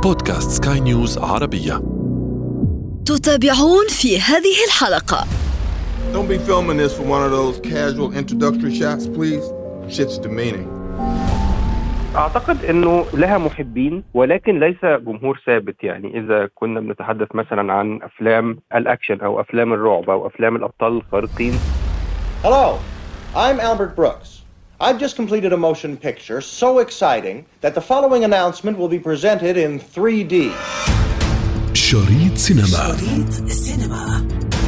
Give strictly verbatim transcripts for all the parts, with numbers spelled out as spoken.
بودكاست سكاي نيوز عربية. تتابعون في هذه الحلقة. Don't be filming this for one of those casual introductory shots, please. Shit's demeaning. أعتقد أنه لها محبين ولكن ليس جمهور ثابت. يعني إذا كنا بنتحدث مثلا عن أفلام الأكشن أو أفلام الرعب أو أفلام الأبطال الخارقين. Hello, I'm Albert Brooks. I've just completed a motion picture so exciting that the following announcement will be presented in three D. شريط سينما. شريط سينما.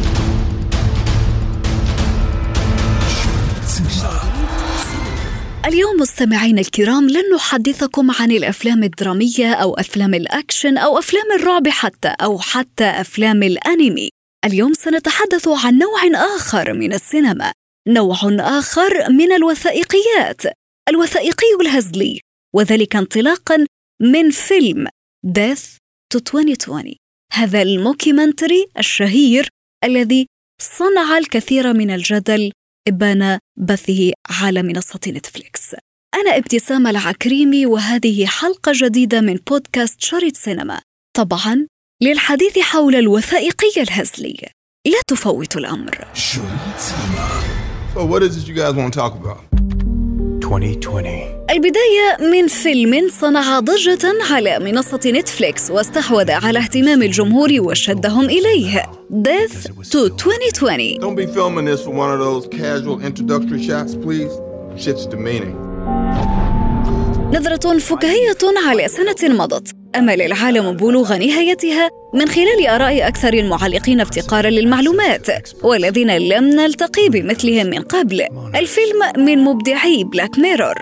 اليوم مستمعين الكرام لن نحدثكم عن الأفلام الدرامية أو أفلام الأكشن أو أفلام الرعب حتى أو حتى أفلام الأنمي. اليوم سنتحدث عن نوع آخر من السينما، نوع آخر من الوثائقيات، الوثائقي الهزلي، وذلك انطلاقاً من فيلم Death to ألفين وعشرين، هذا الموكيمنتري الشهير الذي صنع الكثير من الجدل إبان بثه على منصة نتفليكس. أنا ابتسام العكريمي وهذه حلقة جديدة من بودكاست شريط سينما، طبعاً للحديث حول الوثائقي الهزلي. لا تفوتوا الأمر. شريط سينما. So what is it you guys want to talk about? ألفين وعشرين. البداية من فيلم صنع ضجة على منصة نتفليكس واستحوذ على اهتمام الجمهور وشدهم إليه، Death to ألفين وعشرين. Don't be filming this for one of those casual introductory shots, please. Shit's demeaning. نظرة فكاهية على سنة مضت أمل العالم بلوغ نهايتها من خلال آراء أكثر المعلقين افتقاراً للمعلومات والذين لم نلتقي بمثلهم من قبل. الفيلم من مبدعي بلاك ميرور.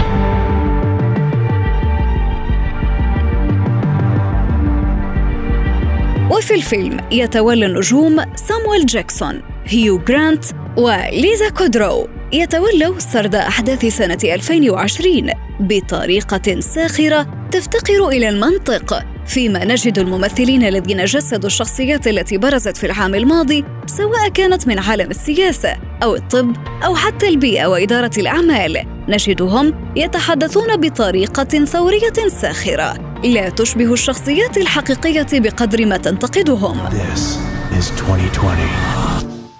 وفي الفيلم يتولى النجوم سامويل جاكسون، هيو جرانت وليزا كودرو يتولوا سرد أحداث سنة ألفين وعشرين بطريقة ساخرة تفتقر إلى المنطق، فيما نجد الممثلين الذين جسدوا الشخصيات التي برزت في العام الماضي سواء كانت من عالم السياسة أو الطب أو حتى البيئة وإدارة الأعمال، نجدهم يتحدثون بطريقة ثورية ساخرة لا تشبه الشخصيات الحقيقية بقدر ما تنتقدهم. This is ألفين وعشرين.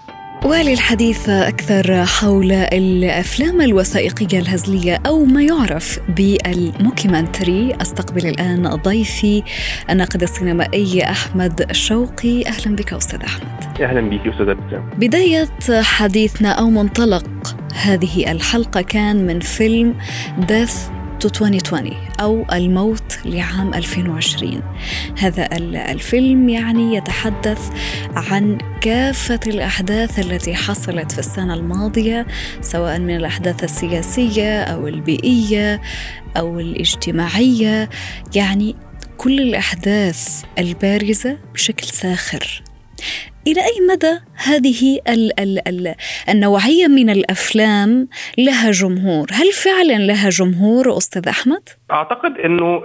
وللحديث أكثر حول الأفلام الوثائقية الهزلية أو ما يعرف بالموكيمنتري أستقبل الآن ضيفي الناقد السينمائي أحمد شوقي. أهلا بك أستاذ أحمد. أهلا بك أستاذ ابتسام. بداية حديثنا أو منطلق هذه الحلقة كان من فيلم Death to ألفين وعشرين أو الموت لعام ألفين وعشرين. هذا الفيلم يعني يتحدث عن كافة الأحداث التي حصلت في السنة الماضية، سواء من الأحداث السياسية أو البيئية أو الاجتماعية، يعني كل الأحداث البارزة بشكل ساخر. إلى أي مدى هذه ال ال ال النوعية من الأفلام لها جمهور؟ هل فعلا لها جمهور أستاذ أحمد؟ أعتقد أنه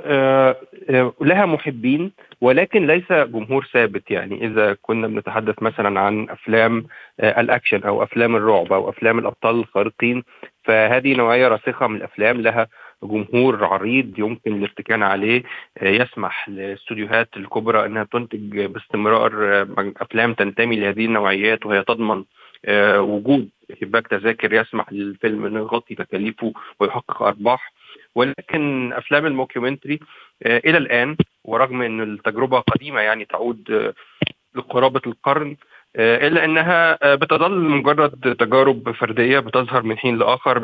لها محبين ولكن ليس جمهور ثابت. يعني إذا كنا بنتحدث مثلا عن أفلام الأكشن أو أفلام الرعب أو أفلام الأبطال الخارقين، فهذه نوعية راسخة من الأفلام لها جمهور عريض يمكن الاتكال عليه، يسمح للاستوديوهات الكبرى أنها تنتج باستمرار أفلام تنتمي لهذه النوعيات، وهي تضمن وجود شباك تذاكر يسمح للفيلم أنه يغطي تكاليفه ويحقق أرباح. ولكن أفلام الموكيومنتري إلى الآن ورغم أن التجربة قديمة يعني تعود لقرابة القرن، إلا أنها بتظل مجرد تجارب فردية بتظهر من حين لآخر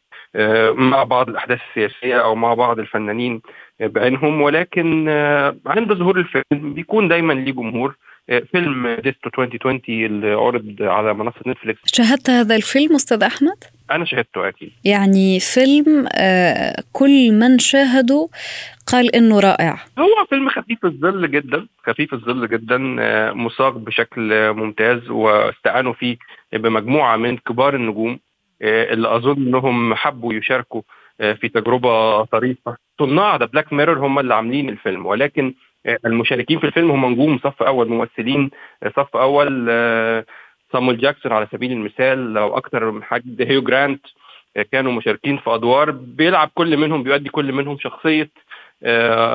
مع بعض الأحداث السياسية أو مع بعض الفنانين بعينهم، ولكن عند ظهور الفيلم بيكون دايما ليه جمهور. فيلم ديث تو ألفين وعشرين اللي عرض على منصة نتفليكس، شاهدت هذا الفيلم أستاذ أحمد؟ أنا شاهدته أكيد. يعني فيلم آه كل من شاهده قال إنه رائع. هو فيلم خفيف الظل جدا، خفيف الظل جدا، آه مصاغ بشكل ممتاز، واستعانوا فيه بمجموعة من كبار النجوم آه اللي أظن أنهم حبوا يشاركوا آه في تجربة طريفة. صناع ذا بلاك ميرور هم اللي عاملين الفيلم، ولكن المشاركين في الفيلم هم نجوم صف أول، ممثلين صف أول. سامويل جاكسون على سبيل المثال أو أكثر من حد، هيو جرانت، كانوا مشاركين في أدوار بيلعب كل منهم، بيؤدي كل منهم شخصية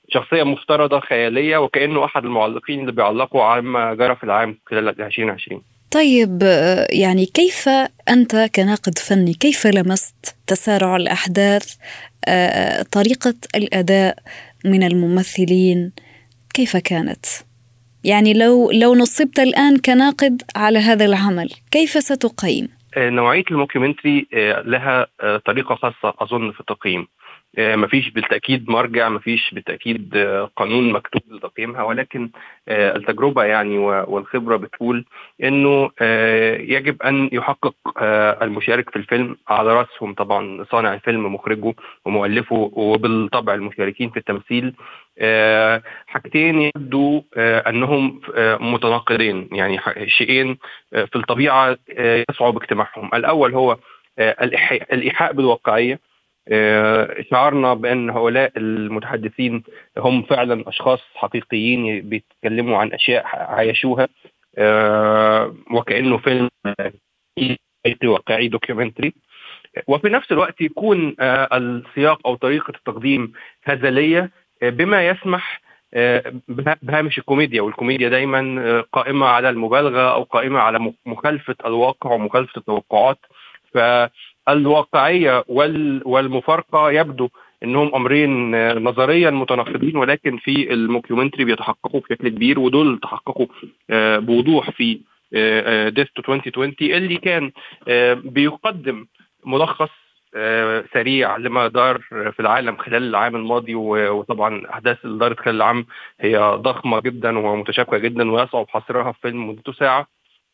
شخصية مفترضة خيالية وكأنه أحد المعلقين اللي بيعلقوا عما جرى في العام خلال عشرين عشرين. طيب يعني كيف أنت كناقد فني كيف لمست تسارع الأحداث، طريقة الأداء من الممثلين كيف كانت؟ يعني لو لو نصبت الآن كناقد على هذا العمل كيف ستقيم؟ نوعية الموكيومنتري لها طريقة خاصة أظن في التقييم. مفيش بالتأكيد مرجع، مفيش بالتأكيد قانون مكتوب لتقييمها، ولكن التجربة يعني والخبرة بتقول إنه يجب أن يحقق المشارك في الفيلم على رأسهم طبعا صانع الفيلم مخرجه ومؤلفه وبالطبع المشاركين في التمثيل حاجتين يبدو أنهم متناقضين، يعني شيئين في الطبيعة يصعب اجتماعهم. الأول هو الإيحاء بالواقعية، شعرنا بأن هؤلاء المتحدثين هم فعلا أشخاص حقيقيين بيتكلموا عن أشياء عايشوها وكأنه فيلم واقعي دوكيومنتري، وفي نفس الوقت يكون السياق أو طريقة التقديم هزلية بما يسمح بهامش الكوميديا، والكوميديا دايما قائمة على المبالغة أو قائمة على مخالفة الواقع ومخالفة التوقعات. فالواقعية والمفارقة يبدو أنهم أمرين نظريا متناقضين، ولكن في الموكيومنتري بيتحققوا بشكل كبير، ودول تحققوا بوضوح في ديث تو ألفين وعشرين اللي كان بيقدم ملخص سريع لما دار في العالم خلال العام الماضي، وطبعا أحداث اللي دارت خلال العام هي ضخمة جدا ومتشابكة جدا ويصعب حصرها في فيلم مدته ساعة.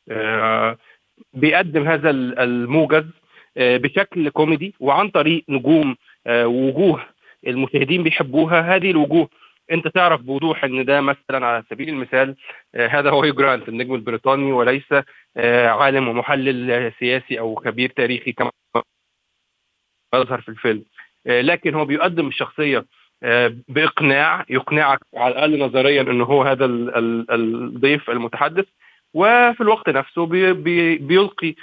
بيقدم هذا الموجز بشكل كوميدي وعن طريق نجوم وجوه المشاهدين بيحبوها. هذه الوجوه انت تعرف بوضوح ان ده مثلا على سبيل المثال هذا هو هيو جرانت النجم البريطاني، وليس عالم ومحلل سياسي او خبير تاريخي كما يظهر في الفيلم، لكن هو بيقدم الشخصية بإقناع يقنعك على الأقل نظريا انه هو هذا الضيف المتحدث، وفي الوقت نفسه بي بي بيلقي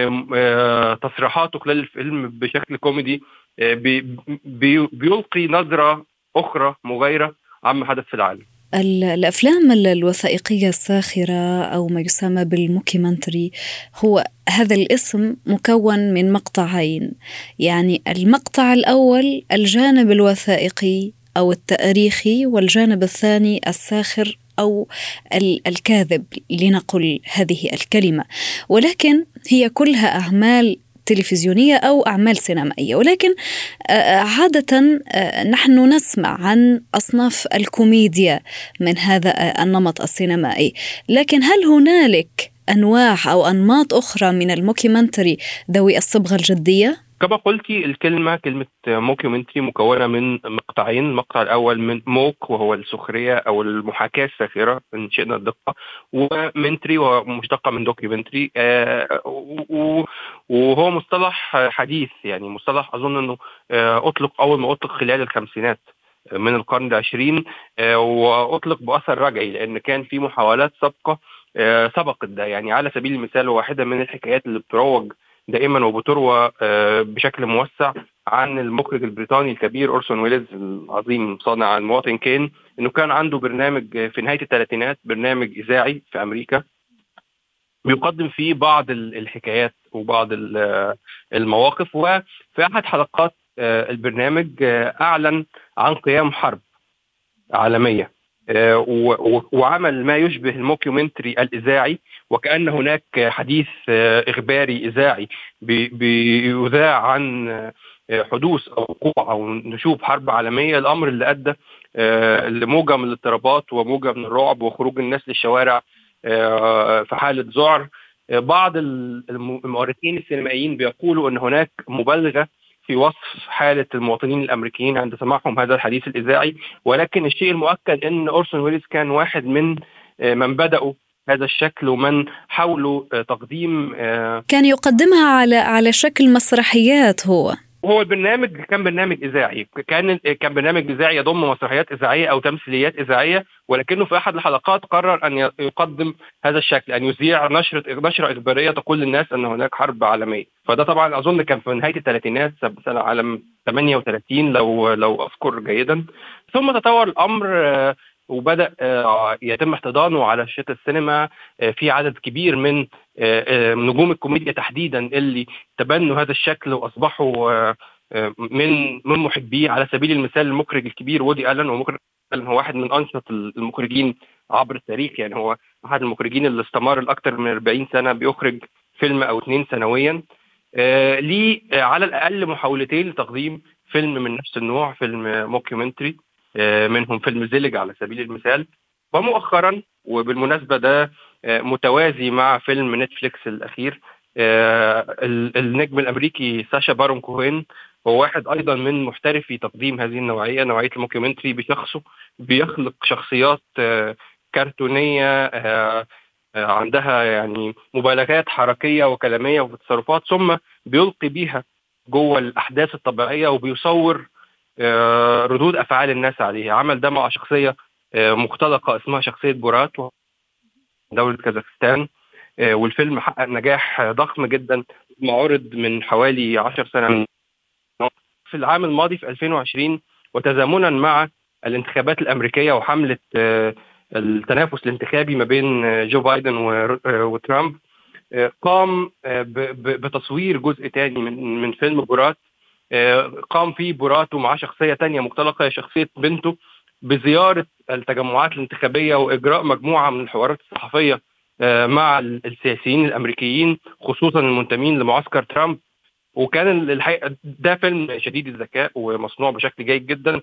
تصريحاته خلال الفيلم بشكل كوميدي، بي بي بيلقي نظرة أخرى مغايرة عما حدث في العالم. الأفلام الوثائقية الساخرة أو ما يسمى بالموكيومنتري هو هذا الاسم مكون من مقطعين، يعني المقطع الأول الجانب الوثائقي أو التاريخي، والجانب الثاني الساخر أو الكاذب لنقل هذه الكلمة، ولكن هي كلها أعمال تلفزيونية أو أعمال سينمائية. ولكن عادة نحن نسمع عن أصناف الكوميديا من هذا النمط السينمائي، لكن هل هنالك أنواع أو أنماط أخرى من الموكيومنتري ذوي الصبغة الجدية؟ كما قلتي الكلمة كلمة موكيومنتري مكونة من مقطعين. المقطع الأول من موك وهو السخرية أو المحاكاة الساخرة إن شئنا الدقة، ومنتري ومشتقة من دوكيومنتري، آه وهو مصطلح حديث، يعني مصطلح أظن أنه آه أطلق أول ما أطلق خلال الخمسينات من القرن العشرين، آه وأطلق بأثر رجعي لأن كان في محاولات سابقة آه سبقت ده. يعني على سبيل المثال واحدة من الحكايات اللي بتروج دائما وبتروى بشكل موسع عن المخرج البريطاني الكبير أورسون ويلز العظيم صانع المواطن كين، انه كان عنده برنامج في نهاية الثلاثينات، برنامج إذاعي في أمريكا بيقدم فيه بعض الحكايات وبعض المواقف، وفي أحد حلقات البرنامج أعلن عن قيام حرب عالمية وعمل ما يشبه الموكيومنتري الإذاعي، وكأن هناك حديث إخباري إذاعي بيذاع عن حدوث أو وقوع أو نشوب حرب عالمية، الأمر اللي أدى لموجة من الاضطرابات وموجة من الرعب وخروج الناس للشوارع في حالة ذعر. بعض المؤرخين السينمائيين بيقولوا أن هناك مبالغة في وصف حالة المواطنين الأمريكيين عند سماعهم هذا الحديث الإذاعي، ولكن الشيء المؤكد أن أورسون ويلز كان واحد من من بدأوا هذا الشكل ومن حاولوا تقديم كان يقدمها على على شكل مسرحيات. هو هو البرنامج كان برنامج إذاعي، كان كان برنامج إذاعي يضم مسرحيات إذاعية أو تمثيليات إذاعية، ولكنه في أحد الحلقات قرر أن يقدم هذا الشكل، أن يذيع نشرة نشرة إخبارية تقول للناس أن هناك حرب عالمية. فده طبعا أظن كان في نهاية الثلاثينات سنة عام ثمانية وثلاثين لو لو أذكر جيدا. ثم تطور الأمر وبدأ يتم احتضانه على شاشة السينما في عدد كبير من نجوم الكوميديا تحديدا اللي تبنوا هذا الشكل وأصبحوا من من محبيه. على سبيل المثال المخرج الكبير وودي ألن، ومخرج ألن هو واحد من أنشط المخرجين عبر التاريخ، يعني هو أحد المخرجين اللي استمر الأكثر من أربعين سنة بيخرج فيلم أو اثنين سنويا. ليه على الأقل محاولتين لتقديم فيلم من نفس النوع، فيلم موكيومنتري، منهم فيلم زيلج على سبيل المثال. ومؤخرا وبالمناسبة ده متوازي مع فيلم نتفليكس الأخير، النجم الأمريكي ساشا بارون كوهين هو واحد أيضا من محترفي تقديم هذه النوعية، نوعية الموكيومنتري. بشخصه بيخلق شخصيات كرتونية عندها يعني مبالغات حركية وكلامية وفي التصرفات، ثم بيلقي بيها جوه الأحداث الطبيعية وبيصور ردود أفعال الناس عليه. عمل ده مع شخصية مختلقة اسمها شخصية بورات دولة كازاخستان، والفيلم حقق نجاح ضخم جدا، معرض من حوالي عشر سنوات في العام الماضي في ألفين وعشرين. وتزامنا مع الانتخابات الأمريكية وحملة التنافس الانتخابي ما بين جو بايدن وترامب، قام بتصوير جزء تاني من من فيلم بورات. قام فيه بورات ومع شخصية تانية مختلقة شخصية بنته بزيارة التجمعات الانتخابية وإجراء مجموعة من الحوارات الصحفية مع السياسيين الأمريكيين خصوصا المنتمين لمعسكر ترامب. وكان الحقيقة ده فيلم شديد الذكاء ومصنوع بشكل جيد جدا،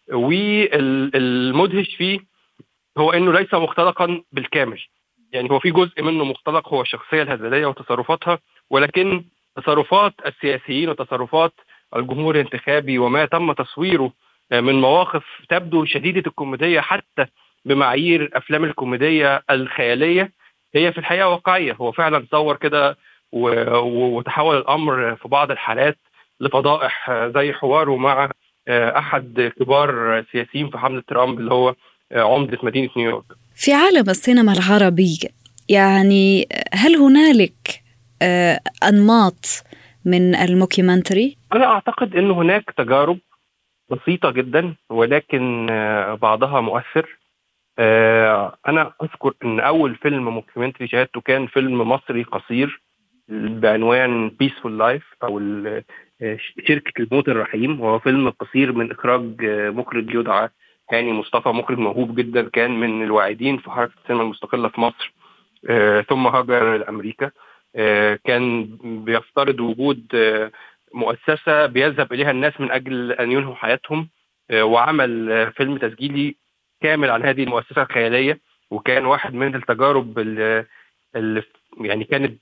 والمدهش فيه هو أنه ليس مختلقا بالكامل، يعني هو في جزء منه مختلق هو الشخصية الهزلية وتصرفاتها، ولكن تصرفات السياسيين وتصرفات الجمهور الانتخابي وما تم تصويره من مواقف تبدو شديدة الكوميدية حتى بمعايير أفلام الكوميدية الخيالية، هي في الحقيقة واقعية. هو فعلا صور كده وتحول الأمر في بعض الحالات لفضائح، زي حواره مع أحد كبار سياسيين في حملة ترامب اللي هو عمدة مدينة نيويورك. في عالم السينما العربي يعني هل هنالك أنماط من الموكيومنتري؟ أنا أعتقد أن هناك تجارب بسيطة جدا ولكن بعضها مؤثر. أنا أذكر أن أول فيلم موكيومنتري شاهدته كان فيلم مصري قصير بعنوان Peaceful Life أو شركة الموت الرحيم، وهو فيلم قصير من إخراج مخرج يدعى هاني مصطفى، مخرج موهوب جدا، كان من الواعدين في حركة السينما المستقلة في مصر، ثم هاجر لأمريكا. كان بيفترض وجود مؤسسة بيذهب إليها الناس من أجل أن ينهوا حياتهم، وعمل فيلم تسجيلي كامل عن هذه المؤسسة الخيالية. وكان واحد من التجارب اللي يعني كانت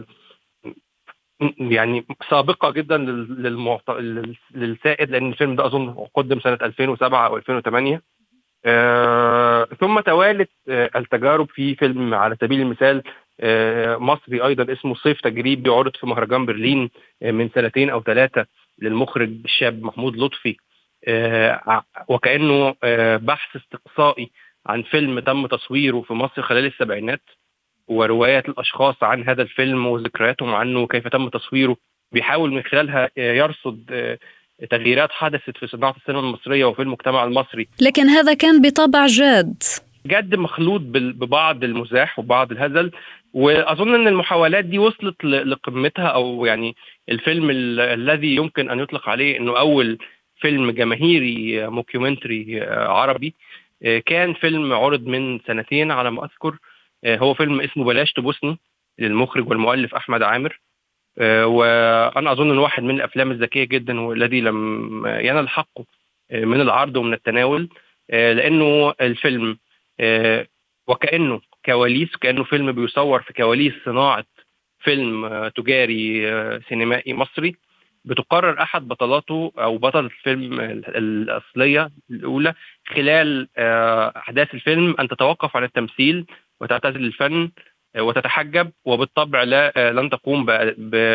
يعني سابقة جدا للمعط... للسائد، لأن الفيلم ده أظن قدم سنة ألفين وسبعة أو ألفين وثمانية. آه... ثم توالت آه التجارب في فيلم على سبيل المثال آه مصري أيضا اسمه صيف تجريبي، عرض في مهرجان برلين آه من سنتين أو ثلاثة للمخرج الشاب محمود لطفي، آه وكأنه آه بحث استقصائي عن فيلم تم تصويره في مصر خلال السبعينات، وروايات الأشخاص عن هذا الفيلم وذكرياتهم عنه وكيف تم تصويره، بيحاول من خلالها يرصد تغييرات حدثت في صناعة السينما المصرية وفي المجتمع المصري. لكن هذا كان بطبع جاد جد مخلوط ببعض المزاح وبعض الهزل، وأظن أن المحاولات دي وصلت لقمتها، أو يعني الفيلم الذي يمكن أن يطلق عليه أنه أول فيلم جماهيري موكيومنتري عربي كان فيلم عرض من سنتين على ما أذكر، هو فيلم اسمه بلاش تبوسني للمخرج والمؤلف أحمد عامر. وأنا أظن أنه واحد من الأفلام الذكية جدا والذي لم ينال حقه من العرض ومن التناول، لأنه الفيلم وكأنه كواليس، كأنه فيلم بيصور في كواليس صناعة فيلم تجاري سينمائي مصري. بتقرر أحد بطلاته أو بطلة الفيلم الأصلية الأولى خلال أحداث الفيلم أن تتوقف عن التمثيل وتعتزل الفن وتتحجب، وبالطبع لا لن تقوم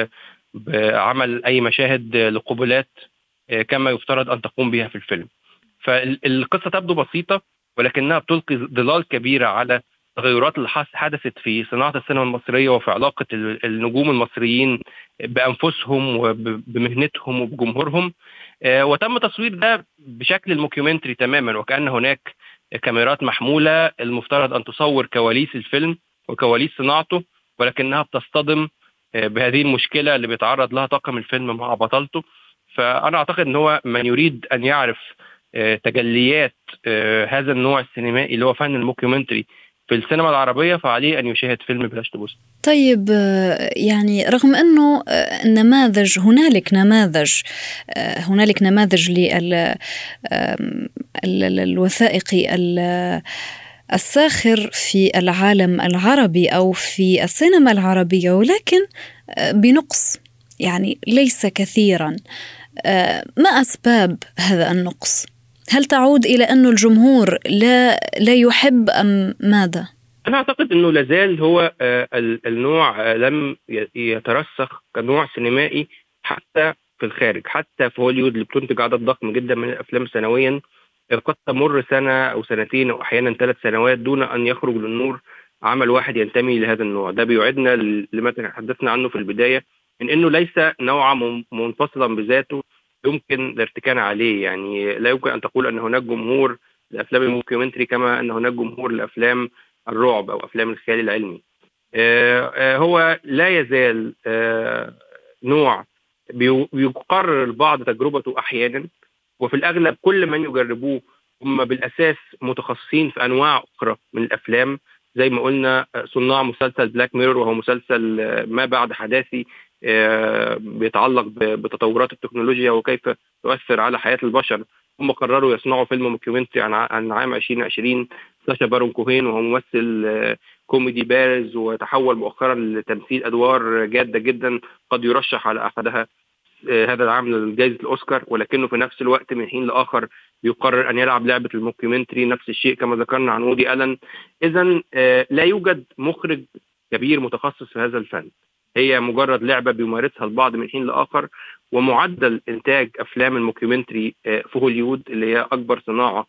بعمل أي مشاهد لقبلات كما يفترض أن تقوم بها في الفيلم. فالقصة تبدو بسيطة ولكنها بتلقي ظلال كبيرة على التغيرات اللي حدثت في صناعة السينما المصرية وفي علاقة النجوم المصريين بأنفسهم وبمهنتهم وبجمهورهم. وتم تصوير ده بشكل الموكيومنتري تماما، وكأن هناك كاميرات محمولة المفترض أن تصور كواليس الفيلم وكواليس صناعته، ولكنها بتصطدم بهذه المشكلة اللي بيتعرض لها طاقم الفيلم مع بطلته. فأنا أعتقد أن هو من يريد أن يعرف تجليات هذا النوع السينمائي اللي هو فن الموكيومنتري في السينما العربية فعليه أن يشاهد فيلم بلاش تبوست. طيب، يعني رغم أنه النماذج هنالك نماذج هنالك نماذج للوثائقي الساخر في العالم العربي أو في السينما العربية، ولكن بنقص يعني ليس كثيرا. ما أسباب هذا النقص؟ هل تعود إلى أن الجمهور لا لا يحب أم ماذا؟ أنا أعتقد أنه لازال هو النوع لم يترسخ كنوع سينمائي حتى في الخارج، حتى في هوليوود اللي بتنتج عدد ضخم جدا من الأفلام سنويا. قد تمر سنة أو سنتين أو أحيانا ثلاث سنوات دون أن يخرج للنور عمل واحد ينتمي لهذا النوع. ده بيعيدنا لما تحدثنا عنه في البداية، من أنه ليس نوعا منفصلا بذاته يمكن الارتكان عليه. يعني لا يمكن أن تقول أن هناك جمهور لأفلام الموكيومنتري كما أن هناك جمهور لأفلام الرعب أو أفلام الخيال العلمي. هو لا يزال نوع بيقرر البعض تجربته أحيانا، وفي الأغلب كل من يجربوه هم بالأساس متخصصين في أنواع أخرى من الأفلام، زي ما قلنا صناع مسلسل بلاك ميرور، وهو مسلسل ما بعد حداثي بيتعلق بتطورات التكنولوجيا وكيف تؤثر على حياة البشر. هم قرروا يصنعوا فيلم موكيومنتري عن عام عشرين عشرين. ساشا بارون كوهين وهو ممثل كوميدي بارز، وتحول مؤخرا لتمثيل أدوار جادة جدا قد يرشح على أحدها هذا العام لجائزة الأوسكار، ولكنه في نفس الوقت من حين لآخر يقرر أن يلعب لعبة الموكيومنتري. نفس الشيء كما ذكرنا عن وودي ألن. إذن لا يوجد مخرج كبير متخصص في هذا الفن، هي مجرد لعبة بيمارسها البعض من حين لآخر. ومعدل إنتاج أفلام الموكيومنتري في هوليوود اللي هي أكبر صناعة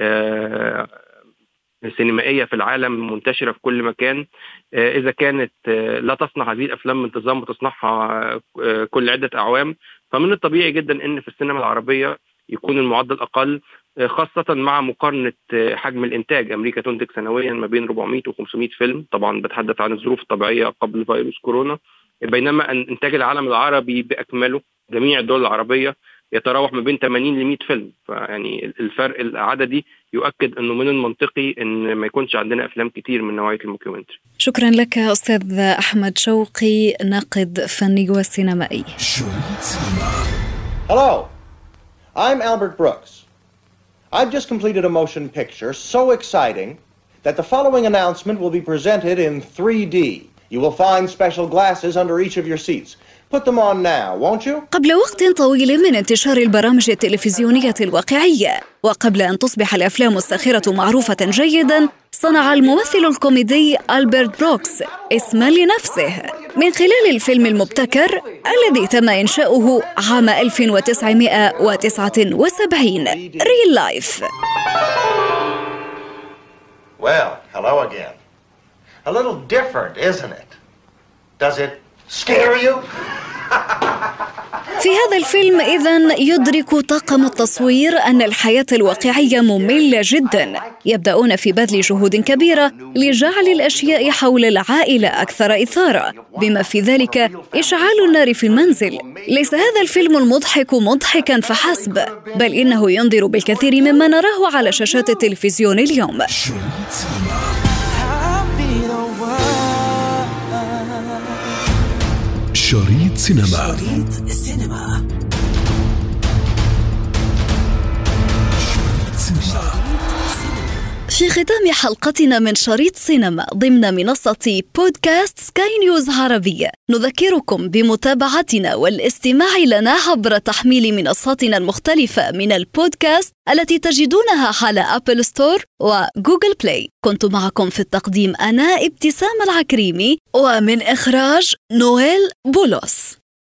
سينمائية في العالم منتشرة في كل مكان، إذا كانت لا تصنع هذه الأفلام بانتظام وتصنعها كل عدة أعوام، فمن الطبيعي جدا أن في السينما العربية يكون المعدل أقل، خاصة مع مقارنة حجم الإنتاج. أمريكا تنتج سنويا ما بين أربعمائة وخمسمائة فيلم، طبعا بتحدث عن الظروف الطبيعية قبل فيروس كورونا، بينما إنتاج العالم العربي بأكمله جميع الدول العربية يتراوح ما بين ثمانين لمائة فيلم. فيعني الفرق العددي يؤكد أنه من المنطقي أن ما يكونش عندنا أفلام كتير من نوعية الموكيومنتري. شكرا لك أستاذ أحمد شوقي، ناقد فني وسينمائي. Hello, I'm Albert Brooks. I've just completed a motion picture so exciting that the following announcement will be presented in three D. You will find special glasses under each of your seats. Put them on now, won't you? قبل وقت طويل من انتشار البرامج التلفزيونية الواقعية، وقبل أن تصبح الأفلام الساخرة معروفة جيداً، صنع الممثل الكوميدي ألبرت بروكس اسماً لنفسه من خلال الفيلم المبتكر الذي تم إنشاؤه عام ألف وتسعمائة وتسعة وسبعين، Real Life. Well, hello again. A little different, isn't it? Does it scare you? في هذا الفيلم إذن يدرك طاقم التصوير أن الحياة الواقعية مملة جدا. يبدأون في بذل جهود كبيرة لجعل الأشياء حول العائلة أكثر إثارة، بما في ذلك إشعال النار في المنزل. ليس هذا الفيلم المضحك مضحكا فحسب، بل إنه ينذر بالكثير مما نراه على شاشات التلفزيون اليوم. شريط سينما. شريط سينما. في ختام حلقتنا من شريط سينما ضمن منصة بودكاست سكاي نيوز عربية، نذكركم بمتابعتنا والاستماع لنا عبر تحميل منصاتنا المختلفة من البودكاست التي تجدونها على أبل ستور وجوجل بلاي. كنت معكم في التقديم أنا ابتسام العكريمي، ومن إخراج نويل بولوس.